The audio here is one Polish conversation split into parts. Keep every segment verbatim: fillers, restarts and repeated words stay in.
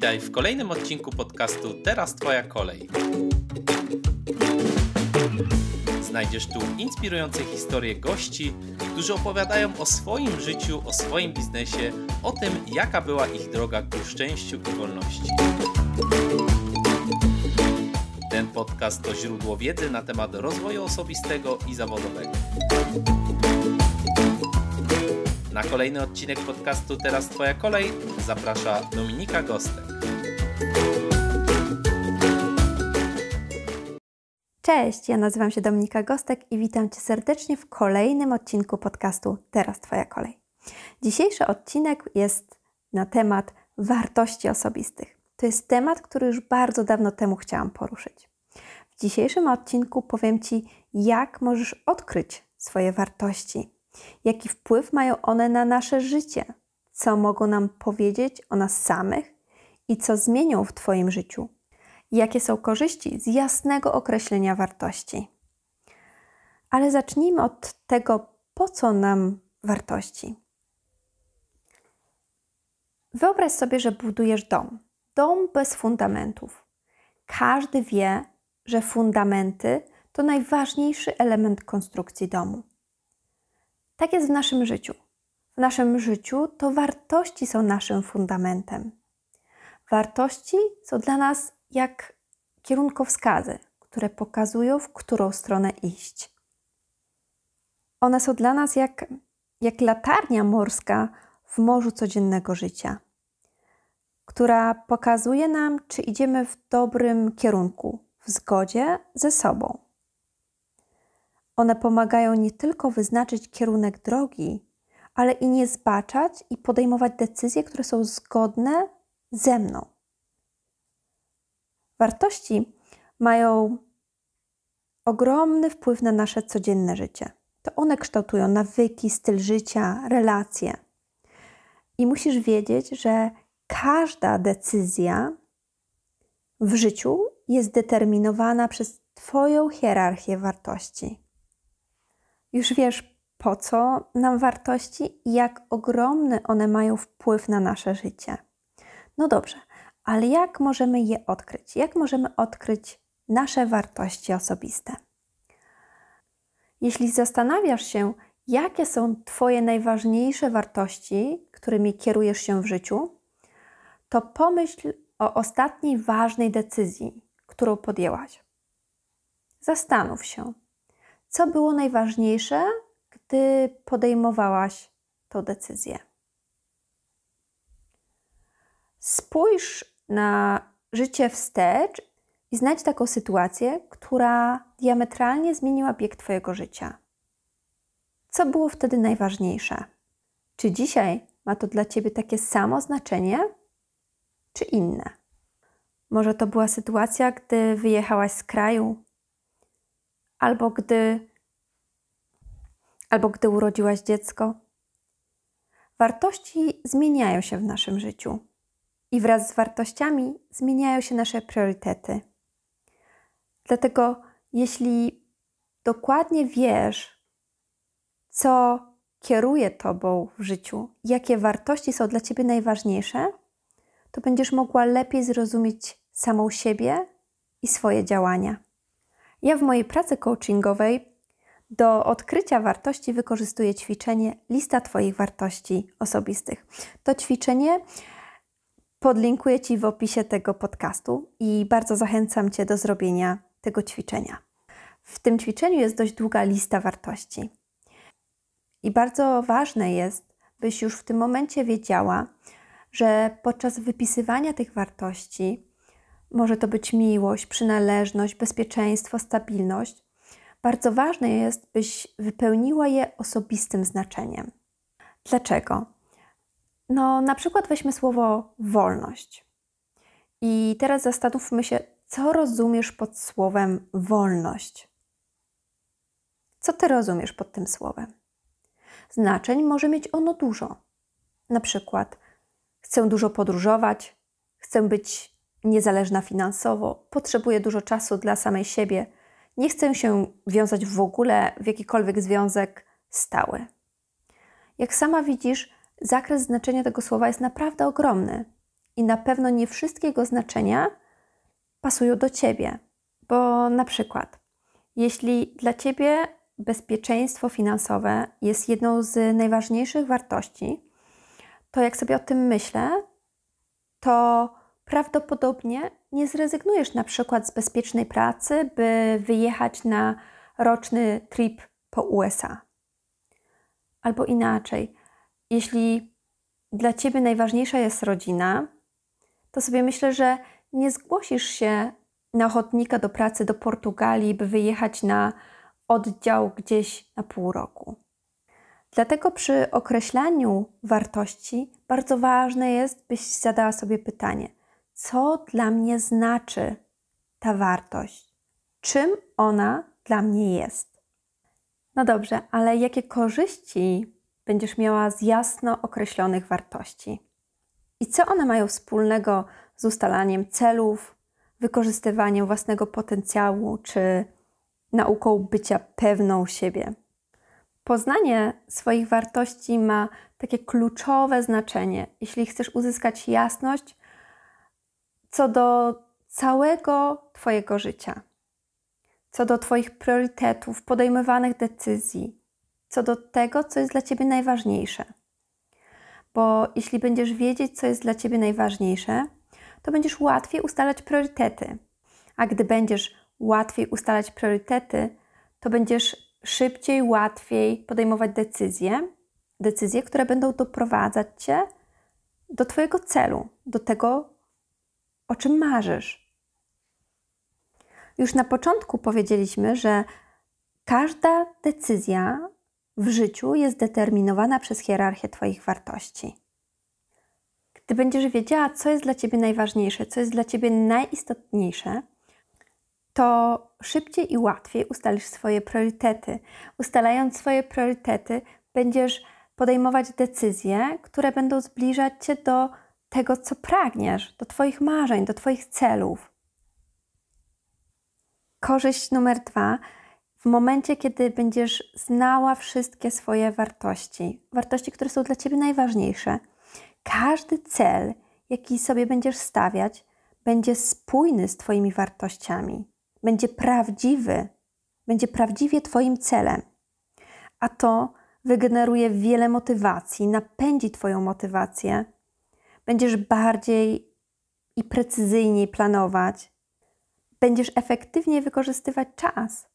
Witaj w kolejnym odcinku podcastu Teraz Twoja kolej. Znajdziesz tu inspirujące historie gości, którzy opowiadają o swoim życiu, o swoim biznesie, o tym, jaka była ich droga ku szczęściu i wolności. Ten podcast to źródło wiedzy na temat rozwoju osobistego i zawodowego. Na kolejny odcinek podcastu Teraz Twoja kolej zaprasza Dominika Gostek. Cześć, ja nazywam się Dominika Gostek i witam Cię serdecznie w kolejnym odcinku podcastu Teraz Twoja kolej. Dzisiejszy odcinek jest na temat wartości osobistych. To jest temat, który już bardzo dawno temu chciałam poruszyć. W dzisiejszym odcinku powiem Ci, jak możesz odkryć swoje wartości, jaki wpływ mają one na nasze życie, co mogą nam powiedzieć o nas samych i co zmienią w Twoim życiu. Jakie są korzyści z jasnego określenia wartości. Ale zacznijmy od tego, po co nam wartości. Wyobraź sobie, że budujesz dom. Dom bez fundamentów. Każdy wie, że fundamenty to najważniejszy element konstrukcji domu. Tak jest w naszym życiu. W naszym życiu to wartości są naszym fundamentem. Wartości są dla nas jak kierunkowskazy, które pokazują, w którą stronę iść. One są dla nas jak, jak latarnia morska w morzu codziennego życia, która pokazuje nam, czy idziemy w dobrym kierunku, w zgodzie ze sobą. One pomagają nie tylko wyznaczyć kierunek drogi, ale i nie zbaczać i podejmować decyzje, które są zgodne ze mną. Wartości mają ogromny wpływ na nasze codzienne życie. To one kształtują nawyki, styl życia, relacje. I musisz wiedzieć, że każda decyzja w życiu jest determinowana przez Twoją hierarchię wartości. Już wiesz, po co nam wartości i jak ogromny one mają wpływ na nasze życie. No dobrze, ale jak możemy je odkryć? Jak możemy odkryć nasze wartości osobiste? Jeśli zastanawiasz się, jakie są Twoje najważniejsze wartości, którymi kierujesz się w życiu, to pomyśl o ostatniej ważnej decyzji, którą podjęłaś. Zastanów się, co było najważniejsze, gdy podejmowałaś tę decyzję. Spójrz na życie wstecz i znajdź taką sytuację, która diametralnie zmieniła bieg Twojego życia. Co było wtedy najważniejsze? Czy dzisiaj ma to dla Ciebie takie samo znaczenie, czy inne? Może to była sytuacja, gdy wyjechałaś z kraju, albo gdy, albo gdy urodziłaś dziecko. Wartości zmieniają się w naszym życiu. I wraz z wartościami zmieniają się nasze priorytety. Dlatego jeśli dokładnie wiesz, co kieruje Tobą w życiu, jakie wartości są dla Ciebie najważniejsze, to będziesz mogła lepiej zrozumieć samą siebie i swoje działania. Ja w mojej pracy coachingowej do odkrycia wartości wykorzystuję ćwiczenie Lista Twoich wartości osobistych. To ćwiczenie podlinkuję Ci w opisie tego podcastu i bardzo zachęcam Cię do zrobienia tego ćwiczenia. W tym ćwiczeniu jest dość długa lista wartości. I bardzo ważne jest, byś już w tym momencie wiedziała, że podczas wypisywania tych wartości, może to być miłość, przynależność, bezpieczeństwo, stabilność, bardzo ważne jest, byś wypełniła je osobistym znaczeniem. Dlaczego? No, na przykład weźmy słowo wolność. I teraz zastanówmy się, co rozumiesz pod słowem wolność. Co Ty rozumiesz pod tym słowem? Znaczeń może mieć ono dużo. Na przykład chcę dużo podróżować, chcę być niezależna finansowo, potrzebuję dużo czasu dla samej siebie, nie chcę się wiązać w ogóle w jakikolwiek związek stały. Jak sama widzisz, zakres znaczenia tego słowa jest naprawdę ogromny i na pewno nie wszystkie jego znaczenia pasują do Ciebie. Bo na przykład, jeśli dla Ciebie bezpieczeństwo finansowe jest jedną z najważniejszych wartości, to jak sobie o tym myślę, to prawdopodobnie nie zrezygnujesz na przykład z bezpiecznej pracy, by wyjechać na roczny trip po U S A. Albo inaczej, jeśli dla Ciebie najważniejsza jest rodzina, to sobie myślę, że nie zgłosisz się na ochotnika do pracy do Portugalii, by wyjechać na oddział gdzieś na pół roku. Dlatego przy określaniu wartości bardzo ważne jest, byś zadała sobie pytanie, co dla mnie znaczy ta wartość? Czym ona dla mnie jest? No dobrze, ale jakie korzyści będziesz miała z jasno określonych wartości? I co one mają wspólnego z ustalaniem celów, wykorzystywaniem własnego potencjału czy nauką bycia pewną siebie? Poznanie swoich wartości ma takie kluczowe znaczenie, jeśli chcesz uzyskać jasność co do całego Twojego życia, co do Twoich priorytetów, podejmowanych decyzji, co do tego, co jest dla Ciebie najważniejsze. Bo jeśli będziesz wiedzieć, co jest dla Ciebie najważniejsze, to będziesz łatwiej ustalać priorytety. A gdy będziesz łatwiej ustalać priorytety, to będziesz szybciej, łatwiej podejmować decyzje, decyzje, które będą doprowadzać Cię do Twojego celu, do tego, o czym marzysz. Już na początku powiedzieliśmy, że każda decyzja w życiu jest determinowana przez hierarchię Twoich wartości. Gdy będziesz wiedziała, co jest dla Ciebie najważniejsze, co jest dla Ciebie najistotniejsze, to szybciej i łatwiej ustalisz swoje priorytety. Ustalając swoje priorytety, będziesz podejmować decyzje, które będą zbliżać Cię do tego, co pragniesz, do Twoich marzeń, do Twoich celów. Korzyść numer dwa. W momencie, kiedy będziesz znała wszystkie swoje wartości, wartości, które są dla Ciebie najważniejsze, każdy cel, jaki sobie będziesz stawiać, będzie spójny z Twoimi wartościami. Będzie prawdziwy, będzie prawdziwie Twoim celem. A to wygeneruje wiele motywacji, napędzi Twoją motywację. Będziesz bardziej i precyzyjniej planować. Będziesz efektywniej wykorzystywać czas.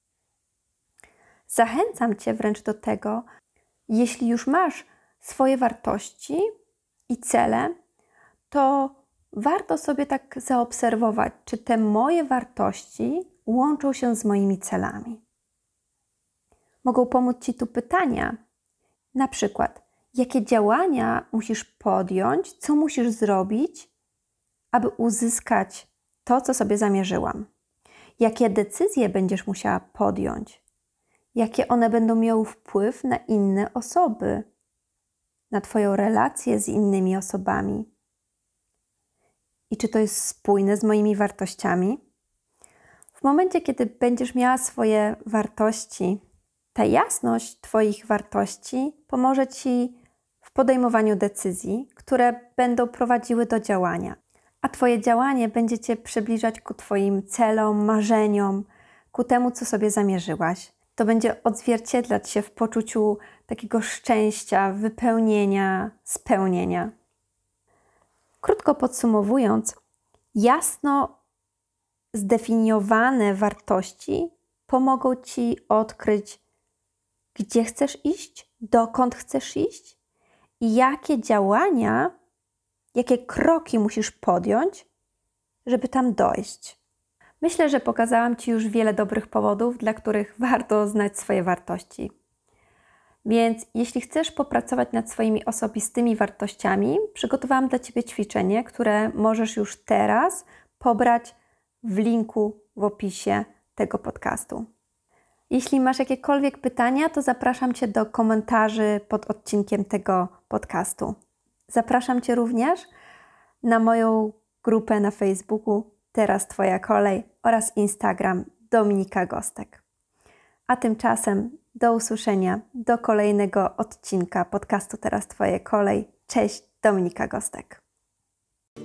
Zachęcam Cię wręcz do tego, jeśli już masz swoje wartości i cele, to warto sobie tak zaobserwować, czy te moje wartości łączą się z moimi celami. Mogą pomóc Ci tu pytania, na przykład, jakie działania musisz podjąć, co musisz zrobić, aby uzyskać to, co sobie zamierzyłam. Jakie decyzje będziesz musiała podjąć, jakie one będą miały wpływ na inne osoby, na Twoją relację z innymi osobami. I czy to jest spójne z moimi wartościami? W momencie, kiedy będziesz miała swoje wartości, ta jasność Twoich wartości pomoże Ci w podejmowaniu decyzji, które będą prowadziły do działania. A Twoje działanie będzie Cię przybliżać ku Twoim celom, marzeniom, ku temu, co sobie zamierzyłaś. To będzie odzwierciedlać się w poczuciu takiego szczęścia, wypełnienia, spełnienia. Krótko podsumowując, jasno zdefiniowane wartości pomogą Ci odkryć, gdzie chcesz iść, dokąd chcesz iść i jakie działania, jakie kroki musisz podjąć, żeby tam dojść. Myślę, że pokazałam Ci już wiele dobrych powodów, dla których warto znać swoje wartości. Więc jeśli chcesz popracować nad swoimi osobistymi wartościami, przygotowałam dla Ciebie ćwiczenie, które możesz już teraz pobrać w linku w opisie tego podcastu. Jeśli masz jakiekolwiek pytania, to zapraszam Cię do komentarzy pod odcinkiem tego podcastu. Zapraszam Cię również na moją grupę na Facebooku Teraz Twoja kolej oraz Instagram Dominika Gostek. A tymczasem do usłyszenia do kolejnego odcinka podcastu Teraz Twoja kolej. Cześć, Dominika Gostek.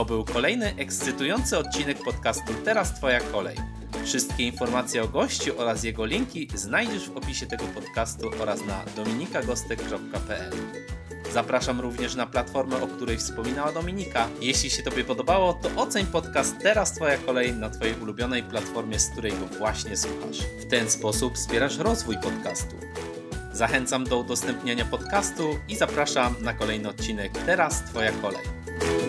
To był kolejny ekscytujący odcinek podcastu Teraz Twoja kolej. Wszystkie informacje o gościu oraz jego linki znajdziesz w opisie tego podcastu oraz na dominikagostek kropka p l. Zapraszam również na platformę, o której wspominała Dominika. Jeśli się Tobie podobało, to oceń podcast Teraz Twoja kolej na Twojej ulubionej platformie, z której go właśnie słuchasz. W ten sposób wspierasz rozwój podcastu. Zachęcam do udostępniania podcastu i zapraszam na kolejny odcinek Teraz Twoja kolej.